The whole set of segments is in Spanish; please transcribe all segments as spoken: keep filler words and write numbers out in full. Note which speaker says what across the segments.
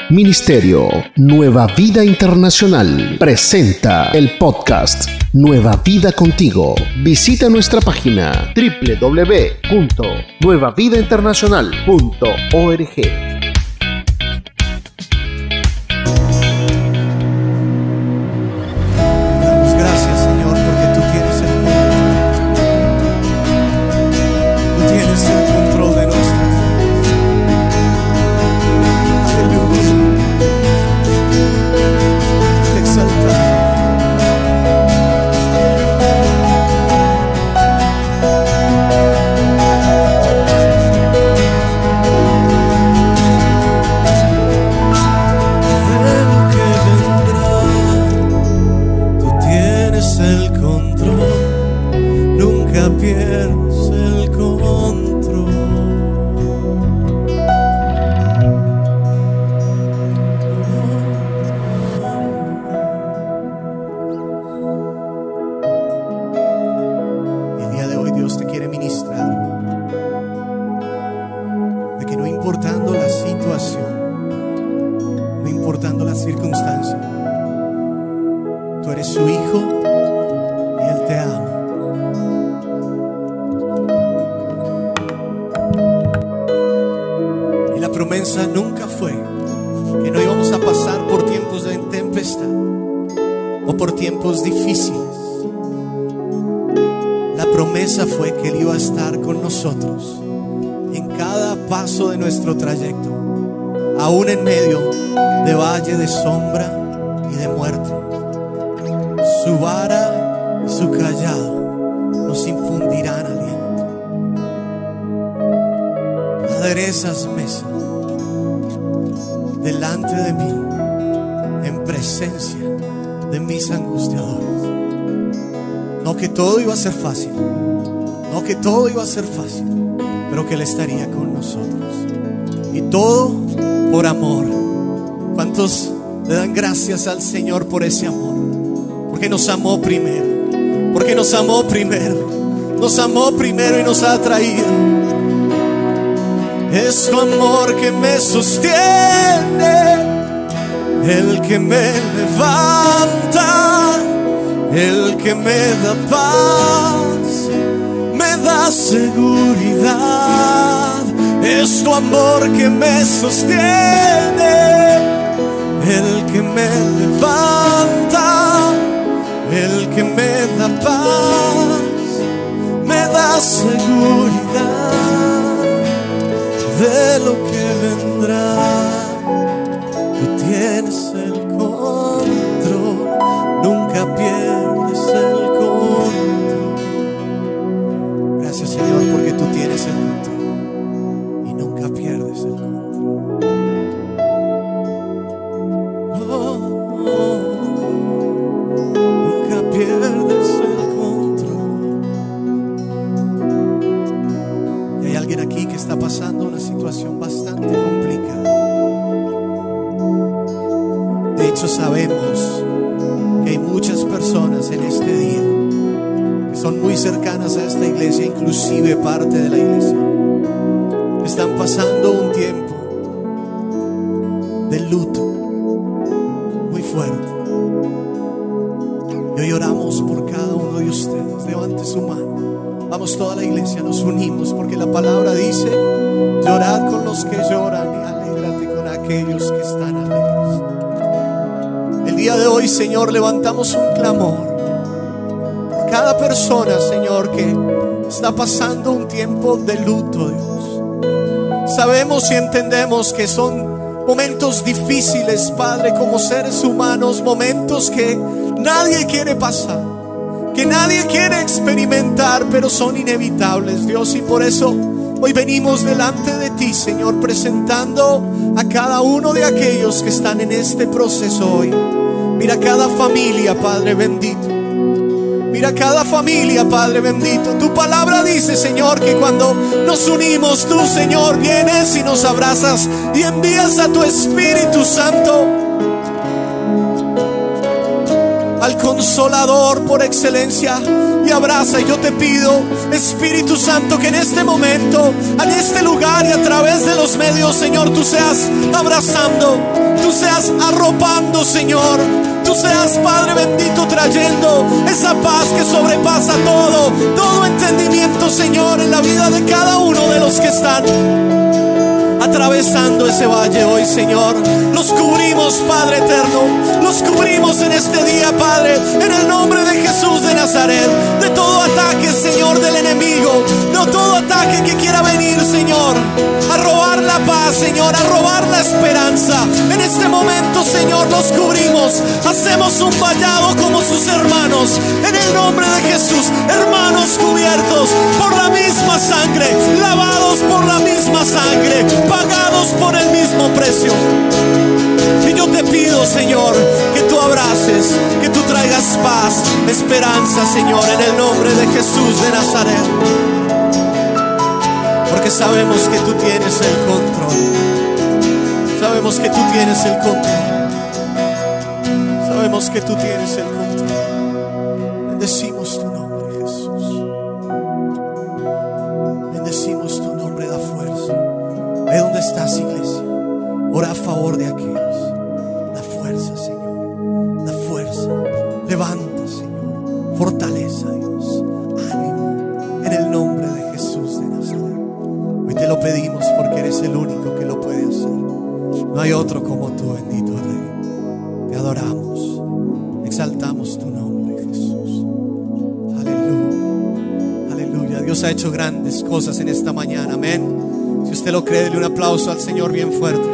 Speaker 1: Ministerio Nueva Vida Internacional presenta el podcast Nueva Vida Contigo. Visita nuestra página doble u doble u doble u punto nueva vida internacional punto org.
Speaker 2: Nunca fue que no íbamos a pasar por tiempos de tempestad o por tiempos difíciles. La promesa fue que Él iba a estar con nosotros en cada paso de nuestro trayecto, aún en medio de valle de sombra y de muerte. Su vara y su callado nos infundirán aliento. Aderezas mesas delante de mí, en presencia de mis angustiadores. No que todo iba a ser fácil, no que todo iba a ser fácil, pero que Él estaría con nosotros. Y todo por amor. ¿Cuántos le dan gracias al Señor por ese amor? Porque nos amó primero, porque nos amó primero, nos amó primero y nos ha traído. Es tu amor que me sostiene, el que me levanta, el que me da paz, me da seguridad. Es tu amor que me sostiene, el que me levanta, el que me da paz, me da seguridad de lo que vendrá. Tú tienes el control, nunca pierdes el control. Gracias, Señor, porque tú tienes el control y nunca pierdes el control. Oh, oh, nunca pierdes el control. Y hay alguien aquí que está pasando una situación bastante complicada. De hecho, sabemos que hay muchas personas en este día que son muy cercanas a esta iglesia, inclusive parte de la iglesia, que están pasando un tiempo de luto muy fuerte. Y hoy oramos por cada uno de ustedes. Levante su mano. Vamos, toda la iglesia, nos unimos, porque la palabra dice: llorad con los que lloran y alégrate con aquellos que están alegres. El día de hoy, Señor, levantamos un clamor por cada persona, Señor, que está pasando un tiempo de luto, Dios. Sabemos y entendemos que son momentos difíciles, Padre, como seres humanos, momentos que nadie quiere pasar, que nadie quiere experimentar, pero son inevitables, Dios. Y por eso hoy venimos delante de ti, Señor, presentando a cada uno de aquellos que están en este proceso hoy. Mira cada familia, Padre bendito. Mira cada familia, Padre bendito. Tu palabra dice, Señor, que cuando nos unimos, tú, Señor, vienes y nos abrazas y envías a tu Espíritu Santo, al Consolador por excelencia, y abraza. Y yo te pido, Espíritu Santo, que en este momento, en este lugar y a través de los medios, Señor, tú seas abrazando, tú seas arropando, Señor. Tú seas, Padre bendito, trayendo esa paz que sobrepasa todo, todo entendimiento, Señor, en la vida de cada uno de los que están atravesando ese valle hoy, Señor. Los cubrimos, Padre eterno, los cubrimos en este día, Padre, en el nombre de Jesús de Nazaret, de todo ataque, Señor, del enemigo, de todo ataque que quiera venir, Señor, a robar la paz, Señor, a robar la esperanza. En este momento, Señor, los cubrimos, hacemos un vallado como sus hermanos, en el nombre de Jesús, hermanos cubiertos por la misma sangre, lavados por la misma sangre, pagados por el mismo precio. Y yo te pido, Señor, que tú abraces, que tú traigas paz, esperanza, Señor, en el nombre de Jesús de Nazaret. Porque sabemos que tú tienes el control. Sabemos que tú tienes el control. Sabemos que tú tienes el control. Bendecimos tu nombre, Jesús. Bendecimos tu nombre, da fuerza. Ahí donde estás, iglesia, ora a favor de aquellos. Da fuerza, Señor. Da fuerza. Levanta, Señor. Fortaleza, Dios. Ánimo. En el nombre de Jesús de Nazaret. Hoy te lo pedimos porque eres el único que lo puede hacer. No hay otro como tú, bendito Rey. Te adoramos. Exaltamos tu nombre, Jesús. Aleluya. Aleluya. Dios ha hecho grandes cosas en esta mañana. Amén. Si usted lo cree, dele un aplauso al Señor bien fuerte.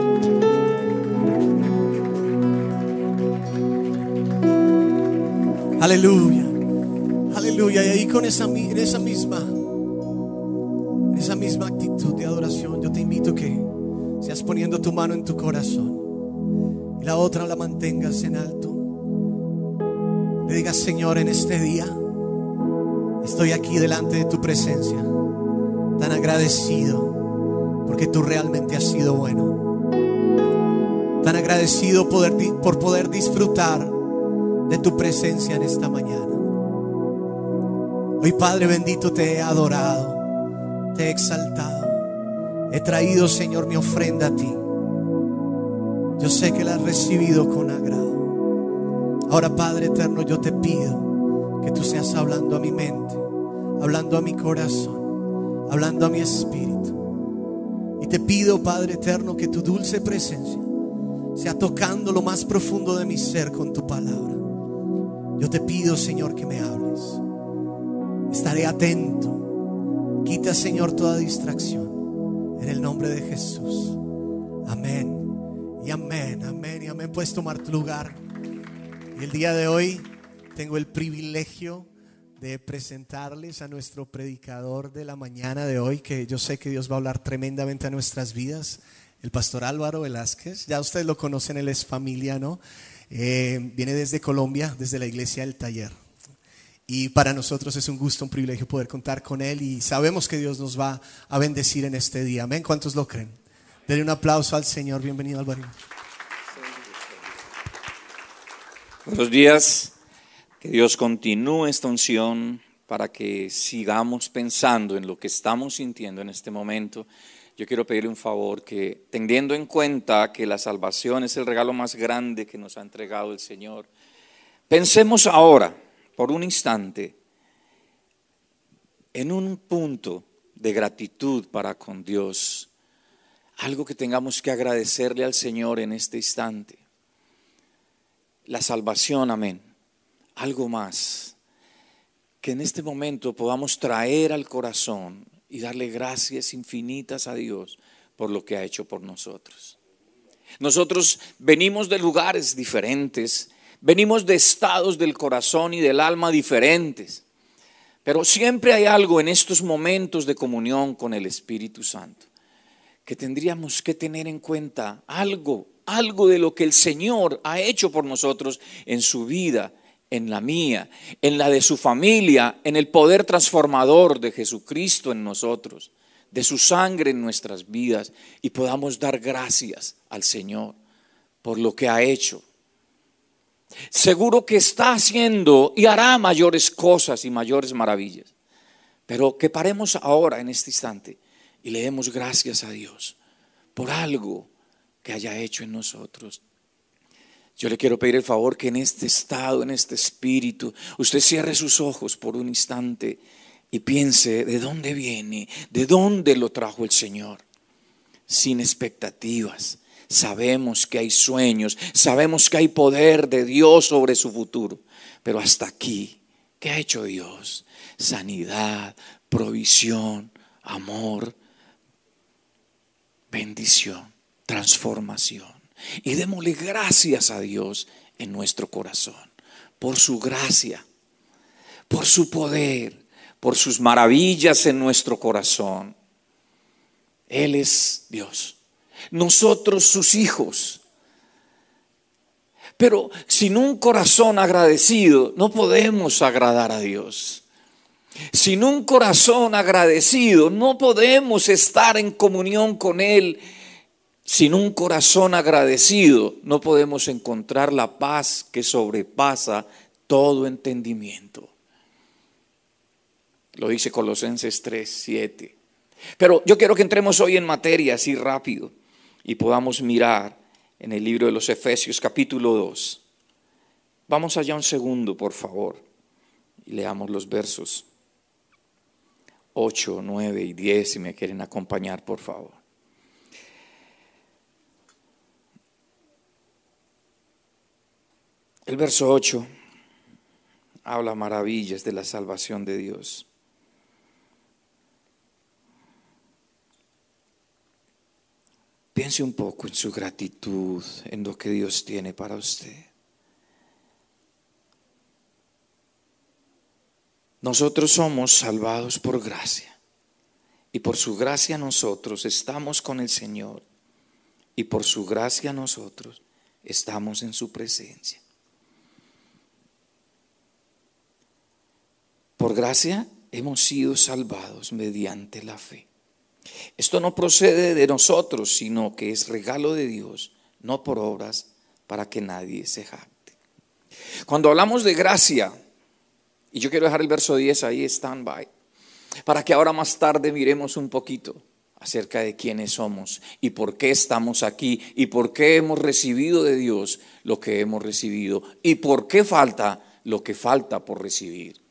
Speaker 2: Aleluya. Aleluya. Y ahí con esa, en esa misma en esa misma actitud de adoración, yo te invito que seas poniendo tu mano en tu corazón y la otra la mantengas en alto. Le digas: Señor, en este día estoy aquí delante de tu presencia, tan agradecido porque tú realmente has sido bueno, tan agradecido poder, por poder disfrutar de tu presencia en esta mañana. Hoy, Padre bendito, te he adorado, te he exaltado, he traído, Señor, mi ofrenda a ti. Yo sé que la has recibido con agrado. Ahora, Padre eterno, yo te pido que tú seas hablando a mi mente, hablando a mi corazón, hablando a mi espíritu. Y te pido, Padre eterno, que tu dulce presencia sea tocando lo más profundo de mi ser con tu palabra. Yo te pido, Señor, que me hables. Estaré atento. Quita, Señor, toda distracción en el nombre de Jesús. Amén y amén, amén y amén. Puedes tomar tu lugar. Y el día de hoy tengo el privilegio de presentarles a nuestro predicador de la mañana de hoy, que yo sé que Dios va a hablar tremendamente a nuestras vidas, el pastor Álvaro Velázquez. Ya ustedes lo conocen, él es familia, ¿no? Eh, viene desde Colombia, desde la iglesia del Taller. Y para nosotros es un gusto, un privilegio poder contar con él, y sabemos que Dios nos va a bendecir en este día. Amén. ¿Cuántos lo creen? Denle un aplauso al Señor. Bienvenido, Álvaro.
Speaker 3: Buenos días. Que Dios continúe esta unción para que sigamos pensando en lo que estamos sintiendo en este momento. Yo quiero pedirle un favor, que teniendo en cuenta que la salvación es el regalo más grande que nos ha entregado el Señor, pensemos ahora, por un instante, en un punto de gratitud para con Dios, algo que tengamos que agradecerle al Señor en este instante. La salvación, amén. Algo más, que en este momento podamos traer al corazón y darle gracias infinitas a Dios por lo que ha hecho por nosotros. Nosotros venimos de lugares diferentes, venimos de estados del corazón y del alma diferentes, pero siempre hay algo en estos momentos de comunión con el Espíritu Santo que tendríamos que tener en cuenta, algo, algo de lo que el Señor ha hecho por nosotros en su vida, en la mía, en la de su familia, en el poder transformador de Jesucristo en nosotros, de su sangre en nuestras vidas, y podamos dar gracias al Señor por lo que ha hecho. Seguro que está haciendo y hará mayores cosas y mayores maravillas. Pero que paremos ahora en este instante y le demos gracias a Dios por algo que haya hecho en nosotros. Yo le quiero pedir el favor que en este estado, en este espíritu, usted cierre sus ojos por un instante y piense de dónde viene, de dónde lo trajo el Señor. Sin expectativas. Sabemos que hay sueños, sabemos que hay poder de Dios sobre su futuro. Pero hasta aquí, ¿qué ha hecho Dios? Sanidad, provisión, amor, bendición, transformación. Y démosle gracias a Dios en nuestro corazón por su gracia, por su poder, por sus maravillas en nuestro corazón. Él es Dios, nosotros sus hijos. Pero sin un corazón agradecido no podemos agradar a Dios. Sin un corazón agradecido no podemos estar en comunión con Él. Sin un corazón agradecido no podemos encontrar la paz que sobrepasa todo entendimiento. Lo dice Colosenses tres, siete. Pero yo quiero que entremos hoy en materia así rápido y podamos mirar en el libro de los Efesios capítulo dos. Vamos allá un segundo, por favor, y leamos los versos ocho, nueve y diez si me quieren acompañar, por favor. El verso ocho habla maravillas de la salvación de Dios. Piense un poco en su gratitud, en lo que Dios tiene para usted. Nosotros somos salvados por gracia, y por su gracia nosotros estamos con el Señor, y por su gracia nosotros estamos en su presencia. Por gracia hemos sido salvados mediante la fe. Esto no procede de nosotros, sino que es regalo de Dios, no por obras, para que nadie se jacte. Cuando hablamos de gracia, y yo quiero dejar el verso diez ahí, stand by, para que ahora más tarde miremos un poquito acerca de quiénes somos y por qué estamos aquí y por qué hemos recibido de Dios lo que hemos recibido y por qué falta lo que falta por recibir.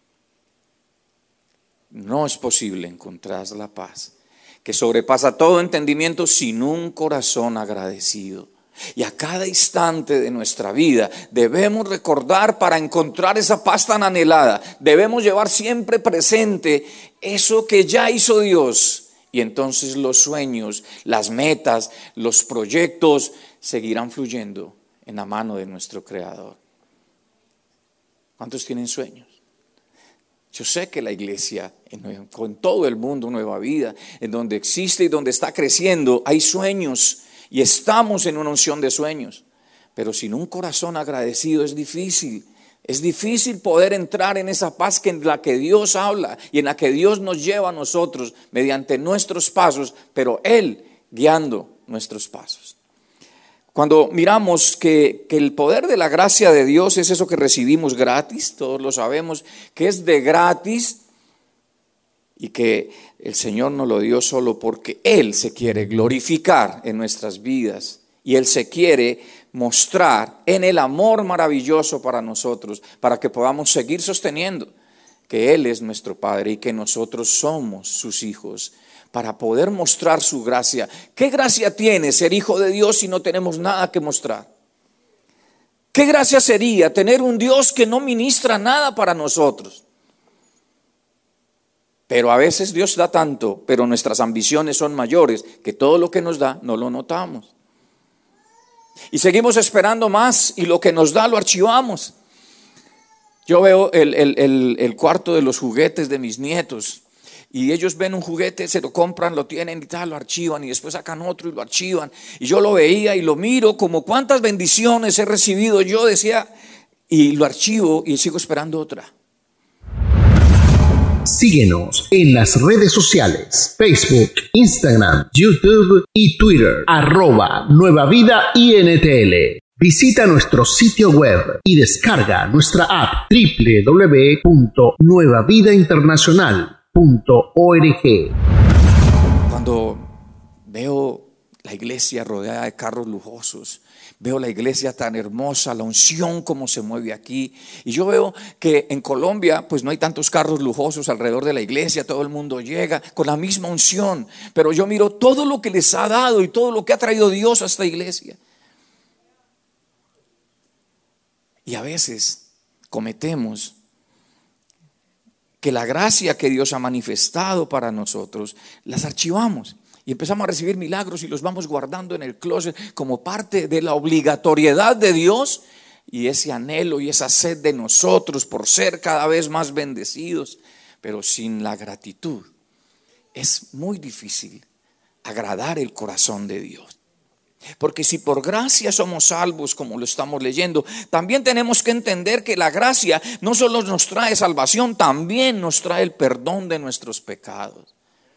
Speaker 3: No es posible encontrar la paz que sobrepasa todo entendimiento sin un corazón agradecido. Y a cada instante de nuestra vida debemos recordar, para encontrar esa paz tan anhelada, debemos llevar siempre presente eso que ya hizo Dios. Y entonces los sueños, las metas, los proyectos seguirán fluyendo en la mano de nuestro Creador. ¿Cuántos tienen sueños? Yo sé que la iglesia, en, con todo el mundo, Nueva Vida, en donde existe y donde está creciendo, hay sueños y estamos en una unción de sueños. Pero sin un corazón agradecido es difícil. Es difícil poder entrar en esa paz que en la que Dios habla y en la que Dios nos lleva a nosotros mediante nuestros pasos, pero Él guiando nuestros pasos. Cuando miramos que, que el poder de la gracia de Dios es eso que recibimos gratis, todos lo sabemos, que es de gratis y que el Señor nos lo dio solo porque Él se quiere glorificar en nuestras vidas y Él se quiere mostrar en el amor maravilloso para nosotros, para que podamos seguir sosteniendo que Él es nuestro Padre y que nosotros somos sus hijos, para poder mostrar su gracia. ¿Qué gracia tiene ser hijo de Dios si no tenemos nada que mostrar? ¿Qué gracia sería tener un Dios que no ministra nada para nosotros? Pero a veces Dios da tanto, pero nuestras ambiciones son mayores, que todo lo que nos da no lo notamos. Y seguimos esperando más y lo que nos da lo archivamos. Yo veo el, el, el, el cuarto de los juguetes de mis nietos. Y ellos ven un juguete, se lo compran, lo tienen y tal, lo archivan y después sacan otro y lo archivan. Y yo lo veía y lo miro como cuántas bendiciones he recibido. Yo decía, y lo archivo y sigo esperando otra.
Speaker 1: Síguenos en las redes sociales, Facebook, Instagram, YouTube y Twitter, arroba Nueva Vida I N T L. Visita nuestro sitio web y descarga nuestra app doble u doble u doble u punto nueva vida internacional punto org.
Speaker 3: Cuando veo la iglesia rodeada de carros lujosos, veo la iglesia tan hermosa, la unción como se mueve aquí, y yo veo que en Colombia pues no hay tantos carros lujosos alrededor de la iglesia, todo el mundo llega con la misma unción, pero yo miro todo lo que les ha dado y todo lo que ha traído Dios a esta iglesia. Y a veces cometemos que la gracia que Dios ha manifestado para nosotros, las archivamos y empezamos a recibir milagros y los vamos guardando en el closet como parte de la obligatoriedad de Dios y ese anhelo y esa sed de nosotros por ser cada vez más bendecidos. Pero sin la gratitud es muy difícil agradar el corazón de Dios. Porque si por gracia somos salvos, como lo estamos leyendo, también tenemos que entender que la gracia no solo nos trae salvación, también nos trae el perdón de nuestros pecados.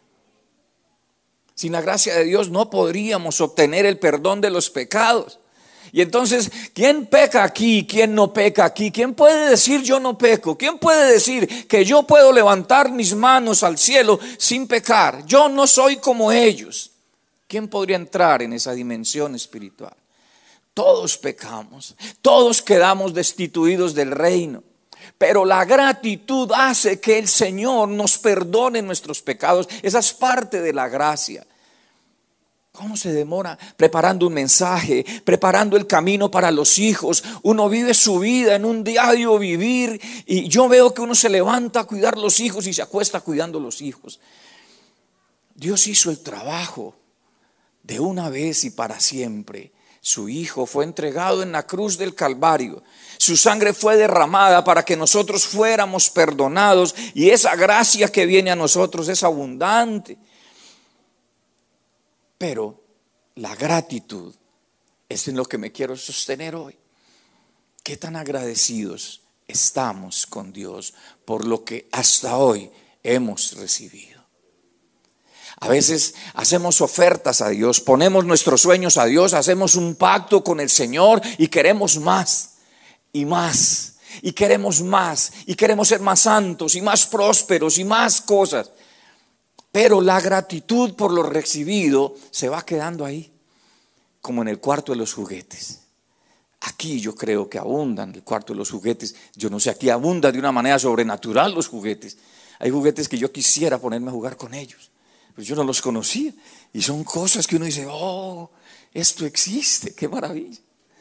Speaker 3: Sin la gracia de Dios no podríamos obtener el perdón de los pecados. Y entonces, ¿quién peca aquí? ¿Quién no peca aquí? ¿Quién puede decir yo no peco? ¿Quién puede decir que yo puedo levantar mis manos al cielo sin pecar? Yo no soy como ellos. ¿Quién podría entrar en esa dimensión espiritual? Todos pecamos, todos quedamos destituidos del reino, pero la gratitud hace que el Señor nos perdone nuestros pecados. Esa es parte de la gracia. ¿Cómo se demora preparando un mensaje, preparando el camino para los hijos? Uno vive su vida en un diario vivir y yo veo que uno se levanta a cuidar los hijos y se acuesta cuidando los hijos. Dios hizo el trabajo de una vez y para siempre. Su Hijo fue entregado en la cruz del Calvario. Su sangre fue derramada para que nosotros fuéramos perdonados y esa gracia que viene a nosotros es abundante. Pero la gratitud es en lo que me quiero sostener hoy. ¿Qué tan agradecidos estamos con Dios por lo que hasta hoy hemos recibido? A veces hacemos ofertas a Dios, ponemos nuestros sueños a Dios, hacemos un pacto con el Señor y queremos más y más y queremos más y queremos ser más santos y más prósperos y más cosas. Pero la gratitud por lo recibido se va quedando ahí, como en el cuarto de los juguetes. Aquí yo creo que abundan el cuarto de los juguetes. Yo no sé, aquí abundan de una manera sobrenatural los juguetes. Hay juguetes que yo quisiera ponerme a jugar con ellos. Pues yo no los conocía y son cosas que uno dice, oh, esto existe, qué maravilla.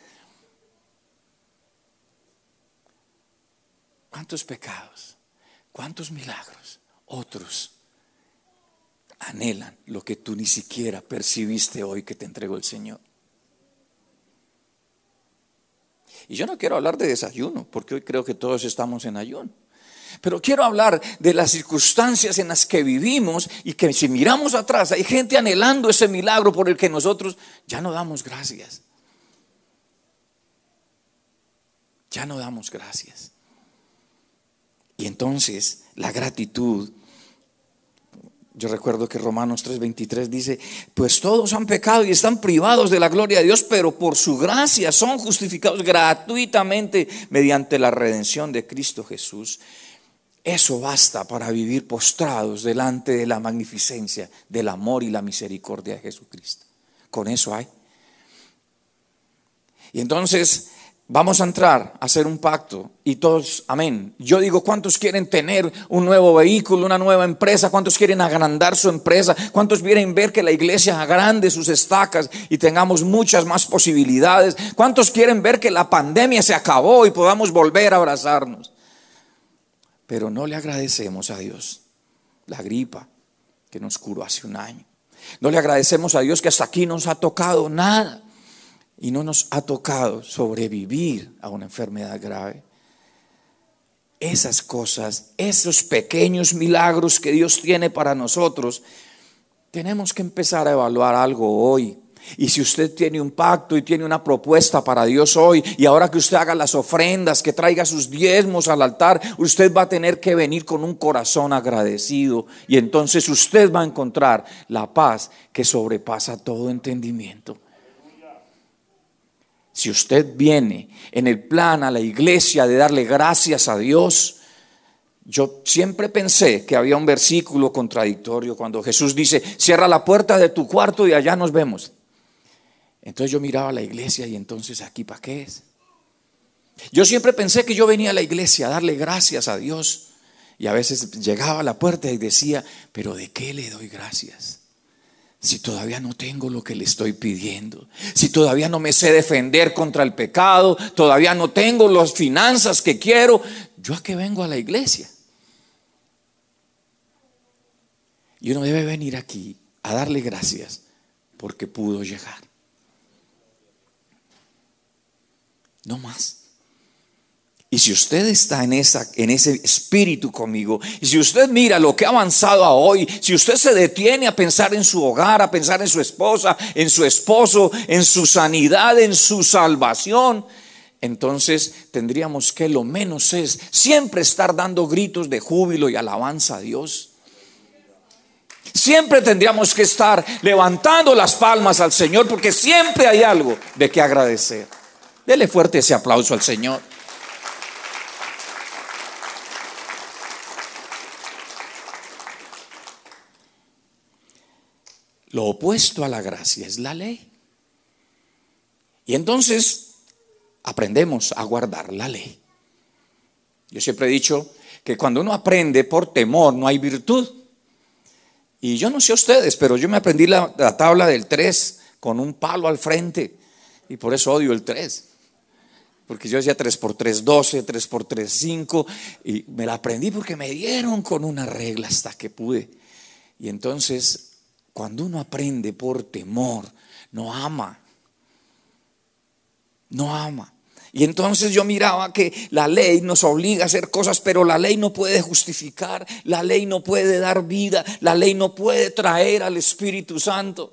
Speaker 3: ¿Cuántos pecados? ¿Cuántos milagros? Otros anhelan lo que tú ni siquiera percibiste hoy que te entregó el Señor. Y yo no quiero hablar de desayuno, porque hoy creo que todos estamos en ayuno. Pero quiero hablar de las circunstancias en las que vivimos y que si miramos atrás hay gente anhelando ese milagro por el que nosotros ya no damos gracias. Ya no damos gracias. Y entonces la gratitud, yo recuerdo que Romanos tres veintitrés dice, pues todos han pecado y están privados de la gloria de Dios, pero por su gracia son justificados gratuitamente mediante la redención de Cristo Jesús. Eso basta para vivir postrados delante de la magnificencia, del amor y la misericordia de Jesucristo. Con eso hay. Y entonces vamos a entrar a hacer un pacto y todos, amén. Yo digo, ¿cuántos quieren tener un nuevo vehículo, una nueva empresa? ¿Cuántos quieren agrandar su empresa? ¿Cuántos quieren ver que la iglesia agrande sus estacas y tengamos muchas más posibilidades? ¿Cuántos quieren ver que la pandemia se acabó y podamos volver a abrazarnos? Pero no le agradecemos a Dios la gripa que nos curó hace un año. No le agradecemos a Dios que hasta aquí no nos ha tocado nada. Y no nos ha tocado sobrevivir a una enfermedad grave. Esas cosas, esos pequeños milagros que Dios tiene para nosotros, tenemos que empezar a evaluar algo hoy. Y si usted tiene un pacto y tiene una propuesta para Dios hoy, y ahora que usted haga las ofrendas, que traiga sus diezmos al altar, usted va a tener que venir con un corazón agradecido. Y entonces usted va a encontrar la paz que sobrepasa todo entendimiento. Si usted viene en el plan a la iglesia de darle gracias a Dios, yo siempre pensé que había un versículo contradictorio cuando Jesús dice, cierra la puerta de tu cuarto y allá nos vemos. Entonces yo miraba la iglesia y entonces aquí ¿para qué es? Yo siempre pensé que yo venía a la iglesia a darle gracias a Dios y a veces llegaba a la puerta y decía, pero ¿de qué le doy gracias? Si todavía no tengo lo que le estoy pidiendo, si todavía no me sé defender contra el pecado, todavía no tengo las finanzas que quiero, ¿yo a qué vengo a la iglesia? Y uno debe venir aquí a darle gracias porque pudo llegar. No más. Y si usted está en, esa, en ese espíritu conmigo, y si usted mira lo que ha avanzado a hoy, si usted se detiene a pensar en su hogar, a pensar en su esposa, en su esposo, en su sanidad, en su salvación, entonces tendríamos que lo menos es siempre estar dando gritos de júbilo y alabanza a Dios. Siempre tendríamos que estar levantando las palmas al Señor porque siempre hay algo de qué agradecer. Dele fuerte ese aplauso al Señor. Lo opuesto a la gracia es la ley. Y entonces aprendemos a guardar la ley. Yo siempre he dicho que cuando uno aprende por temor no hay virtud. Y yo no sé ustedes, pero yo me aprendí la, la tabla del tres con un palo al frente. Y por eso odio el tres. Porque yo decía tres por tres, doce, tres por tres, cinco. Y me la aprendí porque me dieron con una regla hasta que pude. Y entonces, cuando uno aprende por temor, no ama. No ama. Y entonces yo miraba que la ley nos obliga a hacer cosas, pero la ley no puede justificar, la ley no puede dar vida, la ley no puede traer al Espíritu Santo.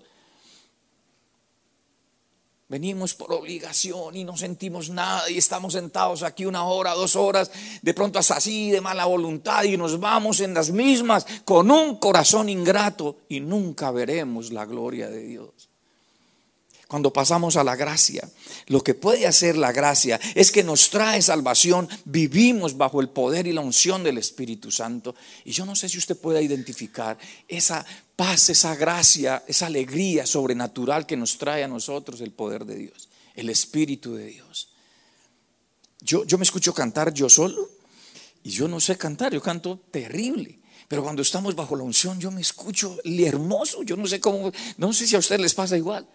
Speaker 3: Venimos por obligación y no sentimos nada y estamos sentados aquí una hora, dos horas, de pronto hasta así de mala voluntad y nos vamos en las mismas con un corazón ingrato y nunca veremos la gloria de Dios. Cuando pasamos a la gracia, lo que puede hacer la gracia es que nos trae salvación, vivimos bajo el poder y la unción del Espíritu Santo. Y yo no sé si usted pueda identificar esa paz, esa gracia, esa alegría sobrenatural que nos trae a nosotros el poder de Dios, el Espíritu de Dios. Yo, yo me escucho cantar yo solo y yo no sé cantar, yo canto terrible. Pero cuando estamos bajo la unción yo me escucho hermoso, yo no sé cómo, no sé si a ustedes les pasa igual.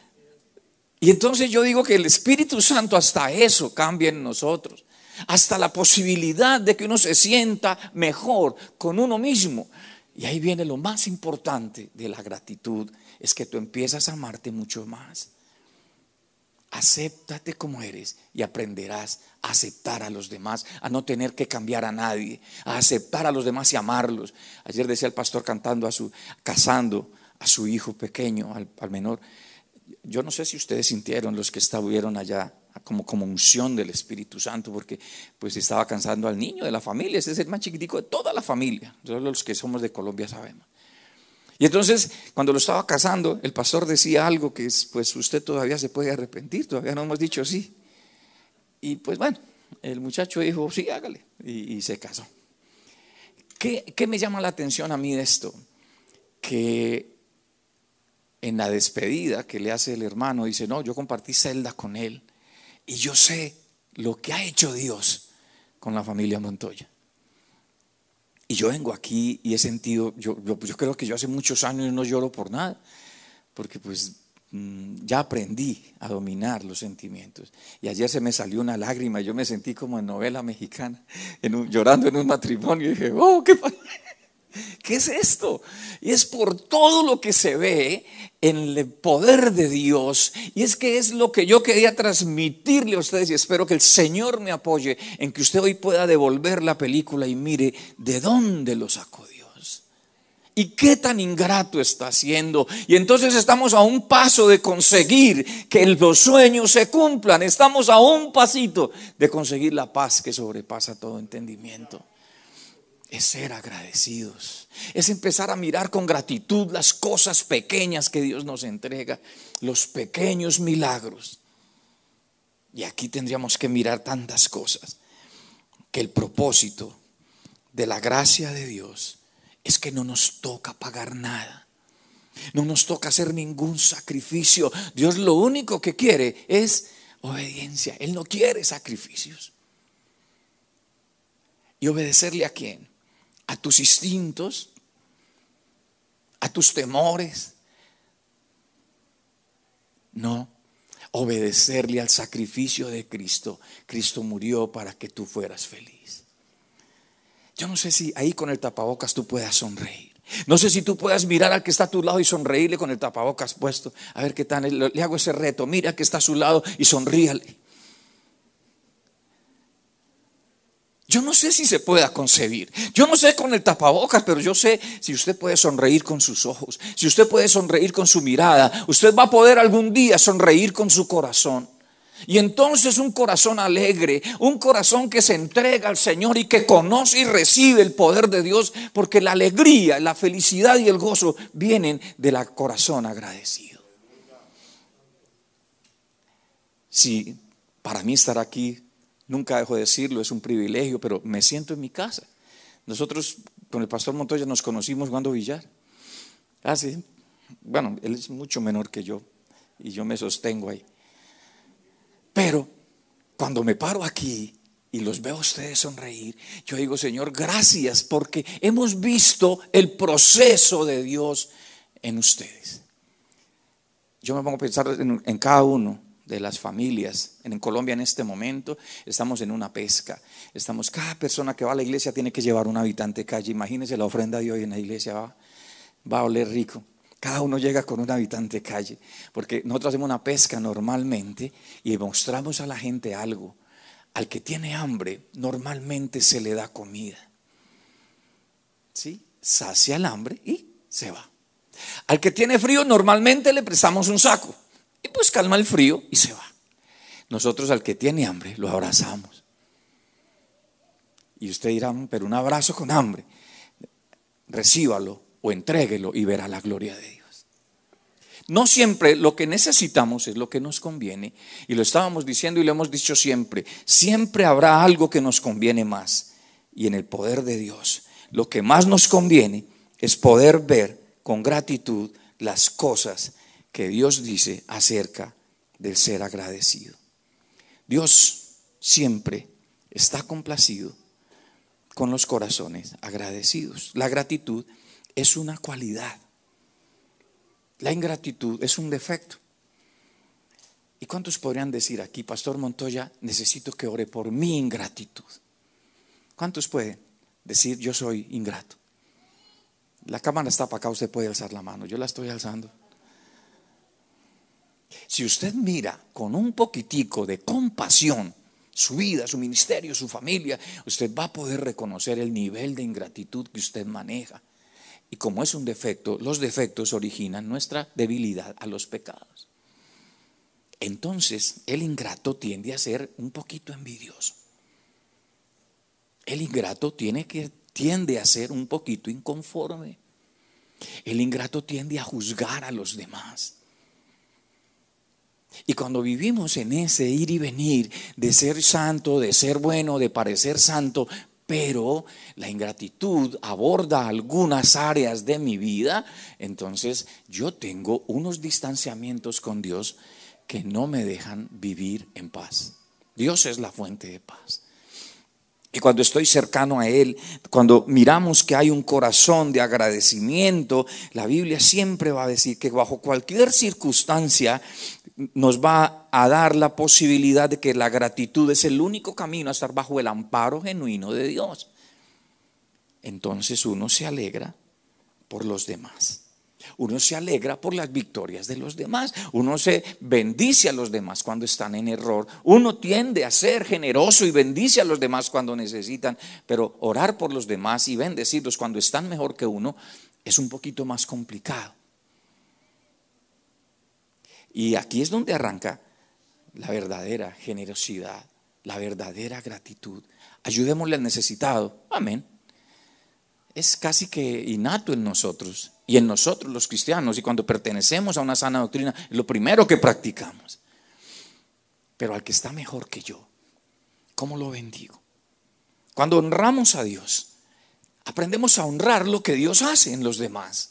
Speaker 3: Y entonces yo digo que el Espíritu Santo hasta eso cambia en nosotros, hasta la posibilidad de que uno se sienta mejor con uno mismo. Y ahí viene lo más importante de la gratitud, es que tú empiezas a amarte mucho más. Acéptate como eres y aprenderás a aceptar a los demás, a no tener que cambiar a nadie, a aceptar a los demás y amarlos. Ayer decía el pastor cantando a su, casando a su hijo pequeño, al, al menor. Yo no sé si ustedes sintieron, los que estuvieron allá, como, como unción del Espíritu Santo, porque pues estaba cansando al niño de la familia. Ese es el más chiquitico de toda la familia. Solo los que somos de Colombia sabemos. Y entonces cuando lo estaba casando, el pastor decía algo que es, pues usted todavía se puede arrepentir, todavía no hemos dicho sí. Y pues bueno, el muchacho dijo sí, hágale, y, y se casó. ¿Qué, ¿Qué me llama la atención a mí de esto? Que en la despedida que le hace el hermano, dice, no, yo compartí celda con él y yo sé lo que ha hecho Dios con la familia Montoya. Y yo vengo aquí y he sentido, yo, yo, yo creo que yo hace muchos años no lloro por nada, porque pues mmm, ya aprendí a dominar los sentimientos. Y ayer se me salió una lágrima, yo me sentí como en novela mexicana, en un, llorando en un matrimonio, y dije, oh, ¿qué pasa? ¿Qué es esto? Y es por todo lo que se ve en el poder de Dios. Y es que es lo que yo quería transmitirle a ustedes. Y espero que el Señor me apoye en que usted hoy pueda devolver la película y mire de dónde lo sacó Dios y qué tan ingrato está haciendo. Y entonces estamos a un paso de conseguir que los sueños se cumplan. Estamos a un pasito de conseguir la paz que sobrepasa todo entendimiento. Es ser agradecidos, es empezar a mirar con gratitud las cosas pequeñas que Dios nos entrega, los pequeños milagros. Y aquí tendríamos que mirar tantas cosas, que el propósito de la gracia de Dios es que no nos toca pagar nada, no nos toca hacer ningún sacrificio. Dios lo único que quiere es obediencia. Él no quiere sacrificios. ¿Y obedecerle a quién? A tus instintos, a tus temores. No, obedecerle al sacrificio de Cristo. Cristo murió para que tú fueras feliz. Yo no sé si ahí con el tapabocas tú puedas sonreír. No sé si tú puedas mirar al que está a tu lado y sonreírle con el tapabocas puesto. A ver qué tal, le hago ese reto. Mira al que está a su lado y sonríale. Yo no sé si se pueda concebir. Yo no sé con el tapabocas, pero yo sé si usted puede sonreír con sus ojos, si usted puede sonreír con su mirada, usted va a poder algún día sonreír con su corazón. Y entonces un corazón alegre, un corazón que se entrega al Señor y que conoce y recibe el poder de Dios, porque la alegría, la felicidad y el gozo vienen del corazón agradecido. Sí, para mí estar aquí, nunca dejo de decirlo, es un privilegio, pero me siento en mi casa. Nosotros con el pastor Montoya nos conocimos jugando billar. Ah, sí. Bueno, él es mucho menor que yo y yo me sostengo ahí. Pero cuando me paro aquí y los veo a ustedes sonreír, yo digo, Señor, gracias, porque hemos visto el proceso de Dios en ustedes. Yo me pongo a pensar en, en cada uno de las familias. En Colombia en este momento estamos en una pesca. Estamos, cada persona que va a la iglesia tiene que llevar un habitante calle. Imagínense la ofrenda de hoy en la iglesia, va, va a oler rico. Cada uno llega con un habitante calle, porque nosotros hacemos una pesca normalmente y mostramos a la gente algo. Al que tiene hambre normalmente se le da comida, ¿sí? Sacia el hambre y se va. Al que tiene frío normalmente le prestamos un saco y pues calma el frío y se va. Nosotros al que tiene hambre lo abrazamos. Y usted dirá, pero un abrazo con hambre, recíbalo o entréguelo y verá la gloria de Dios. No siempre lo que necesitamos es lo que nos conviene, y lo estábamos diciendo y lo hemos dicho siempre. Siempre habrá algo que nos conviene más, y en el poder de Dios lo que más nos conviene es poder ver con gratitud las cosas que Dios dice acerca del ser agradecido. Dios siempre está complacido con los corazones agradecidos. La gratitud es una cualidad. La ingratitud es un defecto. ¿Y cuántos podrían decir aquí, Pastor Montoya, necesito que ore por mi ingratitud? ¿Cuántos pueden decir, yo soy ingrato? La cámara está para acá, usted puede alzar la mano, yo la estoy alzando. Si usted mira con un poquitico de compasión su vida, su ministerio, su familia, usted va a poder reconocer el nivel de ingratitud que usted maneja. Y como es un defecto, los defectos originan nuestra debilidad a los pecados. Entonces, el ingrato tiende a ser un poquito envidioso. El ingrato tiene que, tiende a ser un poquito inconforme. El ingrato tiende a juzgar a los demás. Y cuando vivimos en ese ir y venir de ser santo, de ser bueno, de parecer santo, pero la ingratitud aborda algunas áreas de mi vida, entonces yo tengo unos distanciamientos con Dios que no me dejan vivir en paz. Dios es la fuente de paz. Y cuando estoy cercano a Él, cuando miramos que hay un corazón de agradecimiento, la Biblia siempre va a decir que bajo cualquier circunstancia nos va a dar la posibilidad de que la gratitud es el único camino a estar bajo el amparo genuino de Dios. Entonces uno se alegra por los demás. Uno se alegra por las victorias de los demás. Uno se bendice a los demás cuando están en error. Uno tiende a ser generoso y bendice a los demás cuando necesitan. Pero orar por los demás y bendecirlos cuando están mejor que uno es un poquito más complicado. Y aquí es donde arranca la verdadera generosidad, la verdadera gratitud. Ayudémosle al necesitado. Amén. Es casi que innato en nosotros y en nosotros los cristianos, y cuando pertenecemos a una sana doctrina es lo primero que practicamos. pero al que está mejor que yo, ¿cómo lo bendigo? Cuando honramos a Dios, aprendemos a honrar lo que Dios hace en los demás.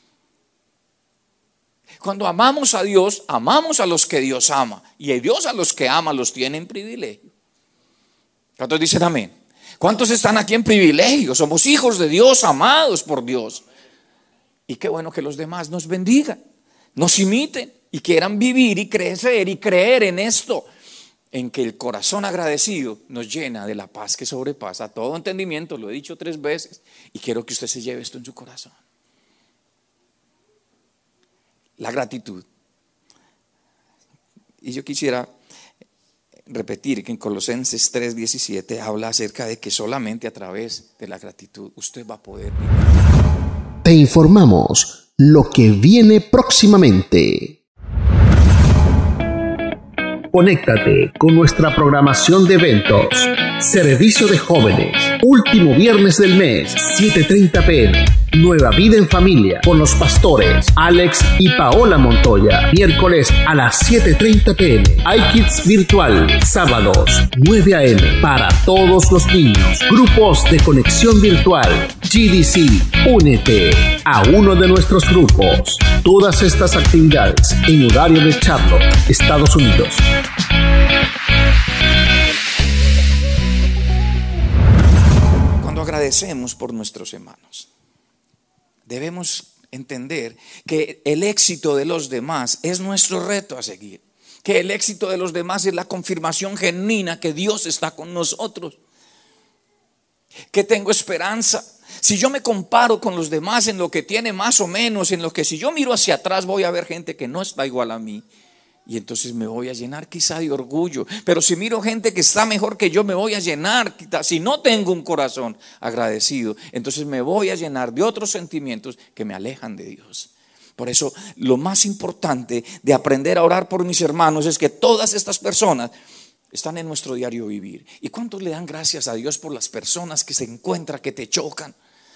Speaker 3: Cuando amamos a Dios, amamos a los que Dios ama. Y Dios a los que ama los tiene en privilegio. ¿Cuántos dicen amén? ¿Cuántos están aquí en privilegio? Somos hijos de Dios, amados por Dios. Y qué bueno que los demás nos bendigan, nos imiten y quieran vivir y crecer y creer en esto, en que el corazón agradecido nos llena de la paz que sobrepasa todo entendimiento. Lo he dicho tres veces y quiero que usted se lleve esto en su corazón. La gratitud. Y yo quisiera repetir que en Colosenses tres diecisiete habla acerca de que solamente a través de la gratitud usted va a poder vivir.
Speaker 1: Te informamos lo que viene próximamente. Conéctate con nuestra programación de eventos. Servicio de jóvenes, último viernes del mes, siete y treinta p m Nueva Vida en Familia con los pastores Alex y Paola Montoya. Miércoles a las siete y treinta p m iKids Virtual. Sábados nueve a m para todos los niños. Grupos de conexión virtual. G D C. Únete a uno de nuestros grupos. Todas estas actividades en horario de Charlotte, Estados Unidos.
Speaker 3: Cuando agradecemos por nuestros hermanos, debemos entender que el éxito de los demás es nuestro reto a seguir. Que el éxito de los demás es la confirmación genuina que Dios está con nosotros. Que tengo esperanza. Si yo me comparo con los demás en lo que tiene más o menos, en lo que si yo miro hacia atrás voy a ver gente que no está igual a mí. Y entonces me voy a llenar quizá de orgullo. Pero si miro gente que está mejor que yo, me voy a llenar. Si no tengo un corazón agradecido, entonces me voy a llenar de otros sentimientos que me alejan de Dios. Por eso lo más importante de aprender a orar por mis hermanos es que todas estas personas están en nuestro diario vivir. ¿Y cuántos le dan gracias a Dios por las personas que se encuentran, que te chocan,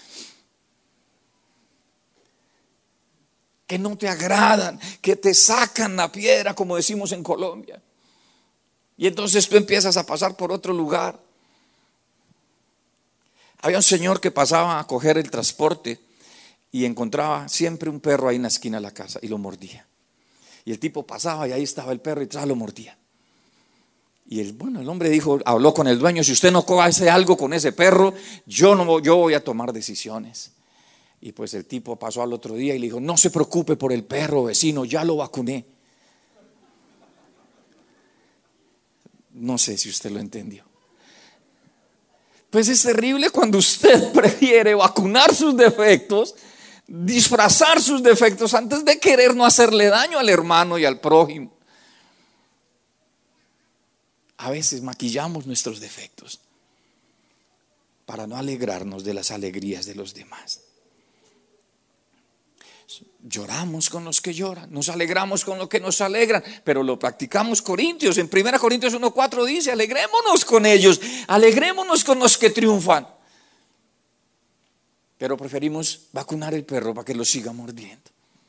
Speaker 3: que no te agradan, que te sacan la piedra, como decimos en Colombia? Y entonces tú empiezas a pasar por otro lugar. Había un señor que pasaba a coger el transporte y encontraba siempre un perro ahí en la esquina de la casa y lo mordía. Y el tipo pasaba y ahí estaba el perro y tras lo mordía. Y el, bueno, el hombre dijo, habló con el dueño: si usted no hace algo con ese perro, yo no, yo voy a tomar decisiones. Y pues el tipo pasó al otro día y le dijo: no se preocupe por el perro, vecino, ya lo vacuné. No sé si usted lo entendió. Pues es terrible cuando usted prefiere vacunar sus defectos, disfrazar sus defectos antes de querer no hacerle daño al hermano y al prójimo. A veces maquillamos nuestros defectos para no alegrarnos de las alegrías de los demás. Lloramos con los que lloran, nos alegramos con los que nos alegran, pero lo practicamos. Corintios, en primera Corintios uno cuatro dice: alegrémonos con ellos, alegrémonos con los que triunfan. Pero preferimos vacunar el perro para que lo siga mordiendo.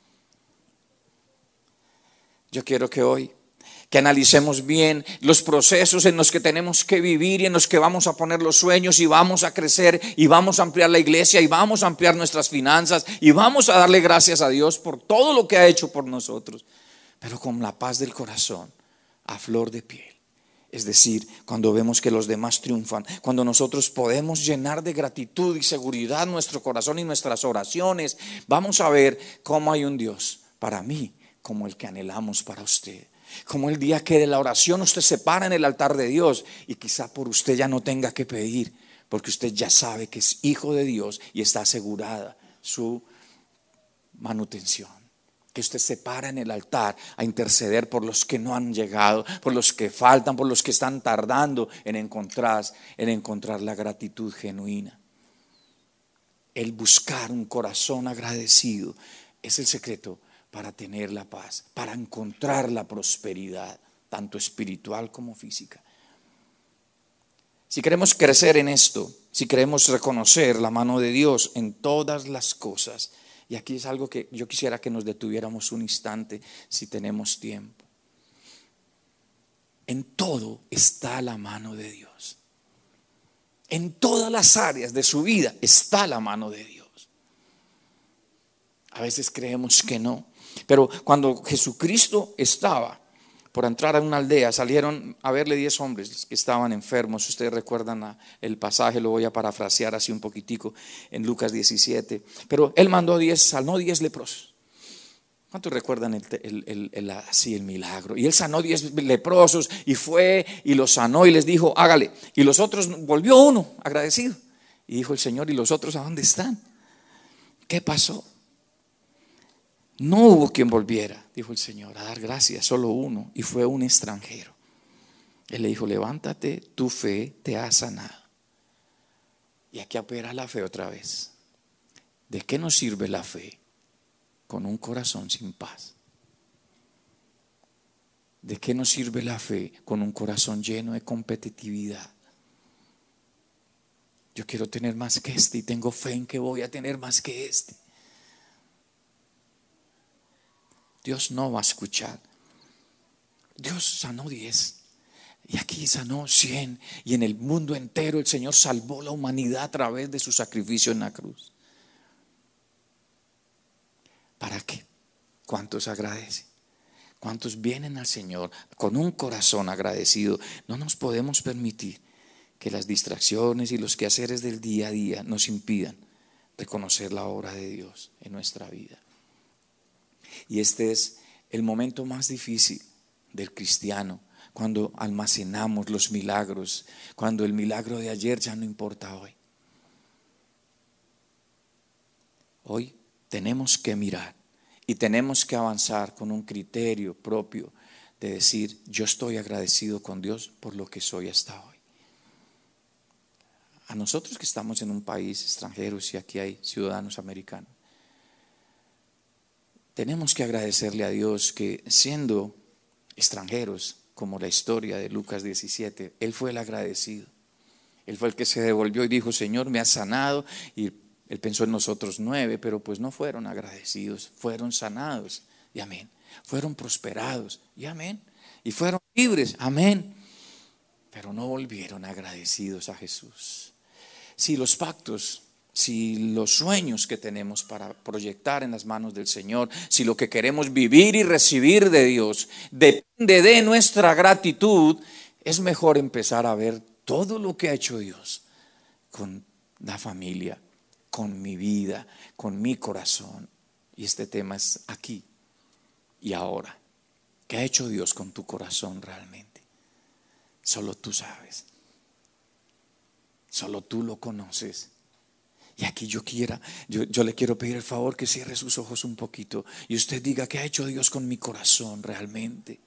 Speaker 3: Yo quiero que hoy que analicemos bien los procesos en los que tenemos que vivir y en los que vamos a poner los sueños y vamos a crecer y vamos a ampliar la iglesia y vamos a ampliar nuestras finanzas y vamos a darle gracias a Dios por todo lo que ha hecho por nosotros, pero con la paz del corazón a flor de piel. Es decir, cuando vemos que los demás triunfan, cuando nosotros podemos llenar de gratitud y seguridad nuestro corazón y nuestras oraciones, vamos a ver cómo hay un Dios para mí como el que anhelamos para usted. Como el día que de la oración usted se para en el altar de Dios y quizá por usted ya no tenga que pedir, porque usted ya sabe que es hijo de Dios y está asegurada su manutención. Que usted se para en el altar a interceder por los que no han llegado, por los que faltan, por los que están tardando en encontrar, en encontrar la gratitud genuina. El buscar un corazón agradecido es el secreto para tener la paz, para encontrar la prosperidad, tanto espiritual como física. Si queremos crecer en esto, si queremos reconocer la mano de Dios en todas las cosas, y aquí es algo que yo quisiera que nos detuviéramos un instante si tenemos tiempo. En todo está la mano de Dios. En todas las áreas de su vida está la mano de Dios. A veces creemos que no, pero cuando Jesucristo estaba por entrar a una aldea, salieron a verle diez hombres que estaban enfermos. Ustedes recuerdan a el pasaje, lo voy a parafrasear así un poquitico en Lucas diecisiete. Pero él mandó diez, sanó diez leprosos. ¿Cuántos recuerdan el, el, el, el, así el milagro? Y él sanó diez leprosos y fue y los sanó y les dijo, hágale. Y los otros, volvió uno agradecido. Y dijo el Señor, ¿y los otros a dónde están? ¿Qué pasó? No hubo quien volviera, dijo el Señor, a dar gracias, solo uno, y fue un extranjero. Él le dijo, levántate, tu fe te ha sanado. Y aquí opera la fe otra vez. ¿De qué nos sirve la fe con un corazón sin paz? ¿De qué nos sirve la fe con un corazón lleno de competitividad? Yo quiero tener más que este y tengo fe en que voy a tener más que este. Dios no va a escuchar. Dios sanó diez y aquí sanó cien, y en el mundo entero el Señor salvó la humanidad a través de su sacrificio en la cruz. ¿Para qué? ¿Cuántos agradecen? ¿Cuántos vienen al Señor con un corazón agradecido? No nos podemos permitir que las distracciones y los quehaceres del día a día nos impidan reconocer la obra de Dios en nuestra vida. Y este es el momento más difícil del cristiano, cuando almacenamos los milagros, cuando el milagro de ayer ya no importa hoy. Hoy tenemos que mirar y tenemos que avanzar con un criterio propio de decir, yo estoy agradecido con Dios por lo que soy hasta hoy. A nosotros que estamos en un país extranjero, si aquí hay ciudadanos americanos, tenemos que agradecerle a Dios que, siendo extranjeros, como la historia de Lucas diecisiete, Él fue el agradecido. Él fue el que se devolvió y dijo, Señor, me has sanado. Y Él pensó en nosotros nueve, pero pues no fueron agradecidos, fueron sanados, y amén. Fueron prosperados, y amén. Y fueron libres, amén. Pero no volvieron agradecidos a Jesús. Si los pactos, si los sueños que tenemos para proyectar en las manos del Señor, si lo que queremos vivir y recibir de Dios depende de nuestra gratitud, es mejor empezar a ver todo lo que ha hecho Dios con la familia, con mi vida, con mi corazón. Y este tema es aquí y ahora. ¿Qué ha hecho Dios con tu corazón realmente? Solo tú sabes. Solo tú lo conoces. Y aquí yo quiera, yo, yo le quiero pedir el favor que cierre sus ojos un poquito y usted diga, ¿qué ha hecho Dios con mi corazón realmente?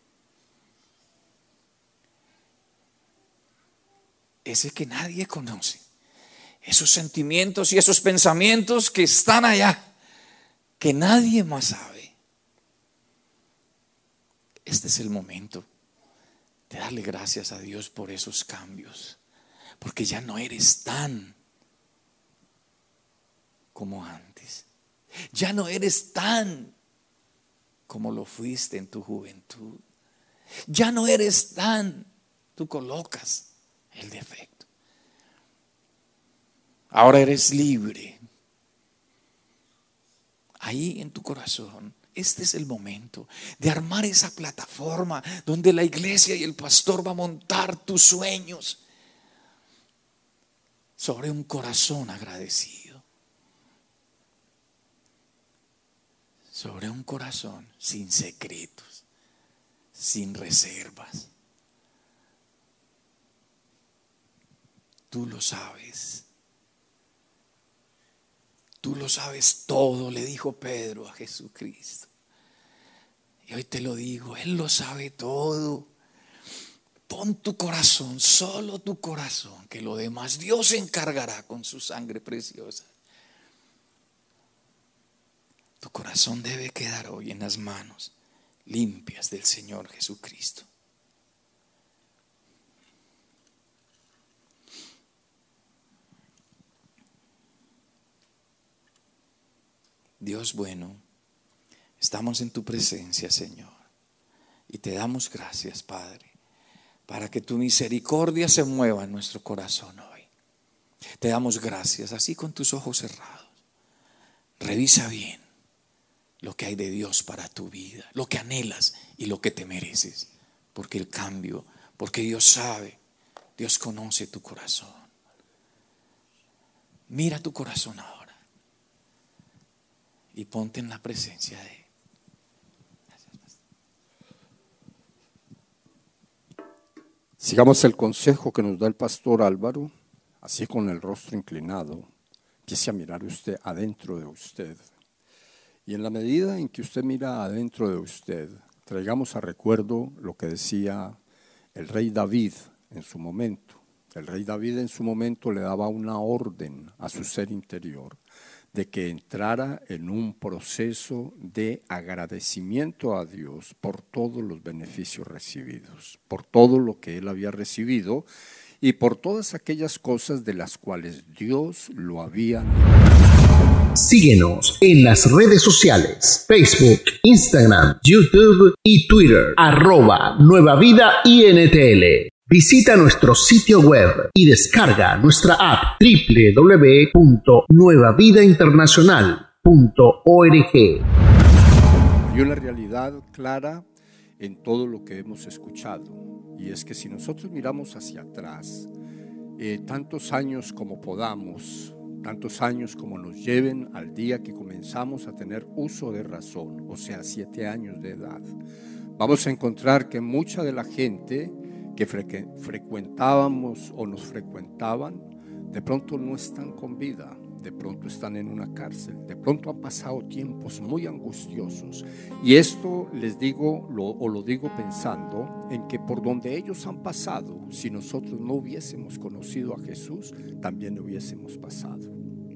Speaker 3: Ese que nadie conoce. Esos sentimientos y esos pensamientos que están allá, que nadie más sabe. Este es el momento de darle gracias a Dios por esos cambios, porque ya no eres tan como antes. Ya no eres tan como lo fuiste en tu juventud. Ya no eres tan, tú colocas el defecto. Ahora eres libre. Ahí en tu corazón, este es el momento de armar esa plataforma donde la iglesia y el pastor va a montar tus sueños sobre un corazón agradecido. Sobre un corazón sin secretos, sin reservas. Tú lo sabes. Tú lo sabes todo, le dijo Pedro a Jesucristo. Y hoy te lo digo, Él lo sabe todo. Pon tu corazón, solo tu corazón, que lo demás Dios se encargará con su sangre preciosa. Tu corazón debe quedar hoy en las manos limpias del Señor Jesucristo. Dios bueno, estamos en tu presencia, Señor, y te damos gracias, Padre, para que tu misericordia se mueva en nuestro corazón hoy. Te damos gracias, así con tus ojos cerrados. Revisa bien lo que hay de Dios para tu vida, lo que anhelas y lo que te mereces, porque el cambio, porque Dios sabe, Dios conoce tu corazón. Mira tu corazón ahora y ponte en la presencia de Él.
Speaker 4: Sigamos el consejo que nos da el pastor Álvaro, así con el rostro inclinado. Empiece a mirar usted adentro de usted. Y en la medida en que usted mira adentro de usted, traigamos a recuerdo lo que decía el rey David en su momento. El rey David en su momento le daba una orden a su ser interior de que entrara en un proceso de agradecimiento a Dios por todos los beneficios recibidos, por todo lo que él había recibido y por todas aquellas cosas de las cuales Dios lo había.
Speaker 1: Síguenos en las redes sociales, Facebook, Instagram, YouTube y Twitter, arroba Nueva Vida I N T L. Visita nuestro sitio web y descarga nuestra app doble u doble u doble u punto nueva vida internacional punto org.
Speaker 4: Hay una realidad clara en todo lo que hemos escuchado, y es que si nosotros miramos hacia atrás, eh, tantos años como podamos, tantos años como nos lleven al día que comenzamos a tener uso de razón, o sea, siete años de edad, vamos a encontrar que mucha de la gente que frecu- frecuentábamos o nos frecuentaban, de pronto no están con vida, de pronto están en una cárcel, de pronto han pasado tiempos muy angustiosos. Y esto les digo, lo, o lo digo pensando en que por donde ellos han pasado, si nosotros no hubiésemos conocido a Jesús, también hubiésemos pasado.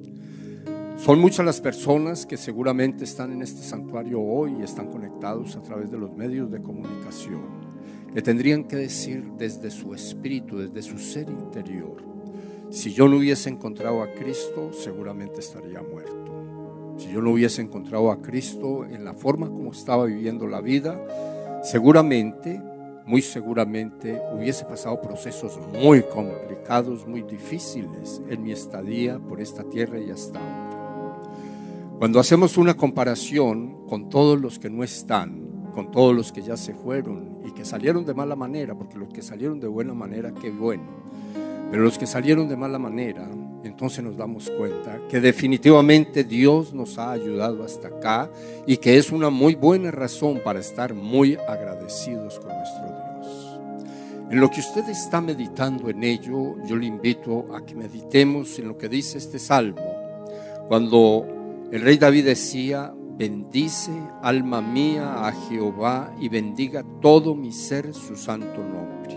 Speaker 4: Son muchas las personas que seguramente están en este santuario hoy y están conectados a través de los medios de comunicación, que tendrían que decir desde su espíritu, desde su ser interior: si yo no hubiese encontrado a Cristo, seguramente estaría muerto. Si yo no hubiese encontrado a Cristo en la forma como estaba viviendo la vida, seguramente, muy seguramente, hubiese pasado procesos muy complicados, muy difíciles en mi estadía por esta tierra y hasta ahora. Cuando hacemos una comparación con todos los que no están, con todos los que ya se fueron y que salieron de mala manera, porque los que salieron de buena manera, qué bueno, pero los que salieron de mala manera, entonces nos damos cuenta que definitivamente Dios nos ha ayudado hasta acá y que es una muy buena razón para estar muy agradecidos con nuestro Dios. En lo que usted está meditando en ello, yo le invito a que meditemos en lo que dice este salmo, cuando el rey David decía: bendice, alma mía, a Jehová, y bendiga todo mi ser su santo nombre.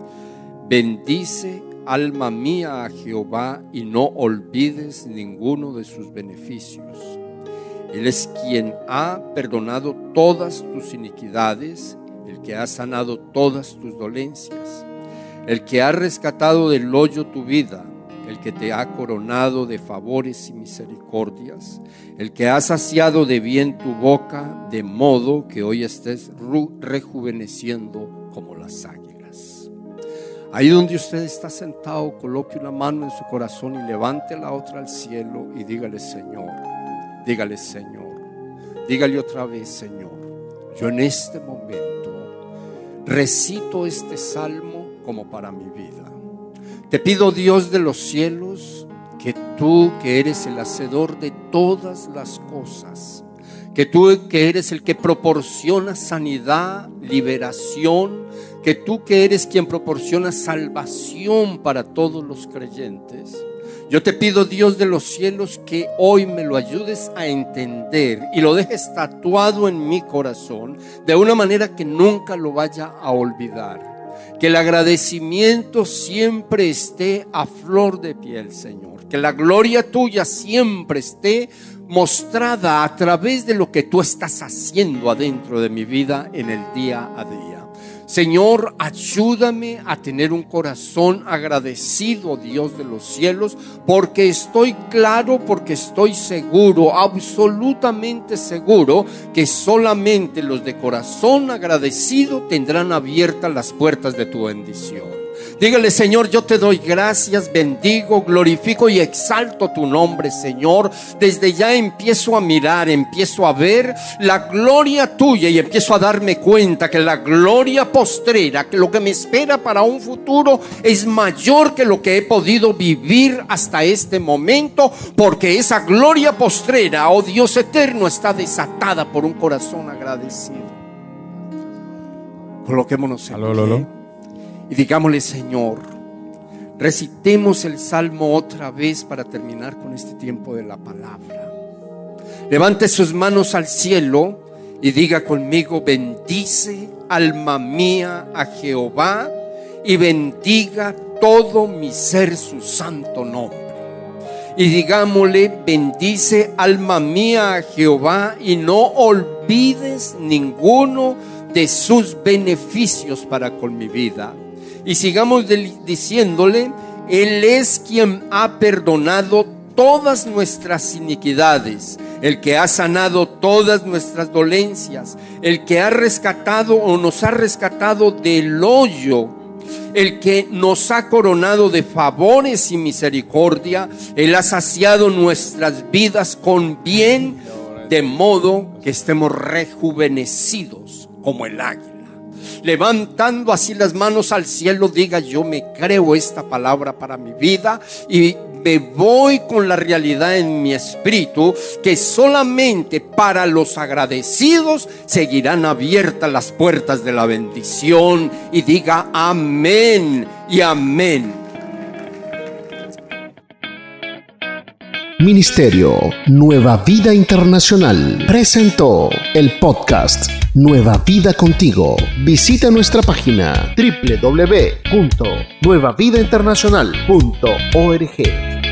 Speaker 4: Bendice, alma mía, a Jehová, y no olvides ninguno de sus beneficios. Él es quien ha perdonado todas tus iniquidades, el que ha sanado todas tus dolencias, el que ha rescatado del hoyo tu vida, el que te ha coronado de favores y misericordias, el que ha saciado de bien tu boca, de modo que hoy estés rejuveneciendo como las águilas. Ahí donde usted está sentado, coloque una mano en su corazón y levante la otra al cielo y dígale: Señor, dígale: Señor, dígale otra vez: Señor, yo en este momento recito este salmo como para mi vida. Te pido, Dios de los cielos, que tú, que eres el hacedor de todas las cosas, que tú, que eres el que proporciona sanidad, liberación, que tú, que eres quien proporciona salvación para todos los creyentes, yo te pido, Dios de los cielos, que hoy me lo ayudes a entender y lo dejes tatuado en mi corazón de una manera que nunca lo vaya a olvidar. Que el agradecimiento siempre esté a flor de piel, Señor. Que la gloria tuya siempre esté mostrada a través de lo que tú estás haciendo adentro de mi vida en el día a día. Señor, ayúdame a tener un corazón agradecido, Dios de los cielos, porque estoy claro, porque estoy seguro, absolutamente seguro, que solamente los de corazón agradecido tendrán abiertas las puertas de tu bendición. Dígale: Señor, yo te doy gracias, bendigo, glorifico y exalto tu nombre, Señor. Desde ya empiezo a mirar, empiezo a ver la gloria tuya y empiezo a darme cuenta que la gloria postrera, que lo que me espera para un futuro es mayor que lo que he podido vivir hasta este momento, porque esa gloria postrera, oh Dios eterno, está desatada por un corazón agradecido. Coloquémonos en
Speaker 5: Aló, aló,
Speaker 4: pie.
Speaker 5: aló.
Speaker 4: Y digámosle: Señor, recitemos el Salmo otra vez para terminar con este tiempo de la palabra. Levante sus manos al cielo y diga conmigo: bendice, alma mía, a Jehová, y bendiga todo mi ser su santo nombre. Y digámosle: bendice, alma mía, a Jehová, y no olvides ninguno de sus beneficios para con mi vida. Y sigamos de, diciéndole: Él es quien ha perdonado todas nuestras iniquidades, el que ha sanado todas nuestras dolencias, el que ha rescatado o nos ha rescatado del hoyo, el que nos ha coronado de favores y misericordia. Él ha saciado nuestras vidas con bien, de modo que estemos rejuvenecidos como el águila. Levantando así las manos al cielo, diga: yo me creo esta palabra para mi vida y me voy con la realidad en mi espíritu, que solamente para los agradecidos seguirán abiertas las puertas de la bendición. Y diga amén y amén.
Speaker 1: Ministerio Nueva Vida Internacional presentó el podcast Nueva Vida Contigo. Visita nuestra página doble u doble u doble u punto nueva vida internacional punto org.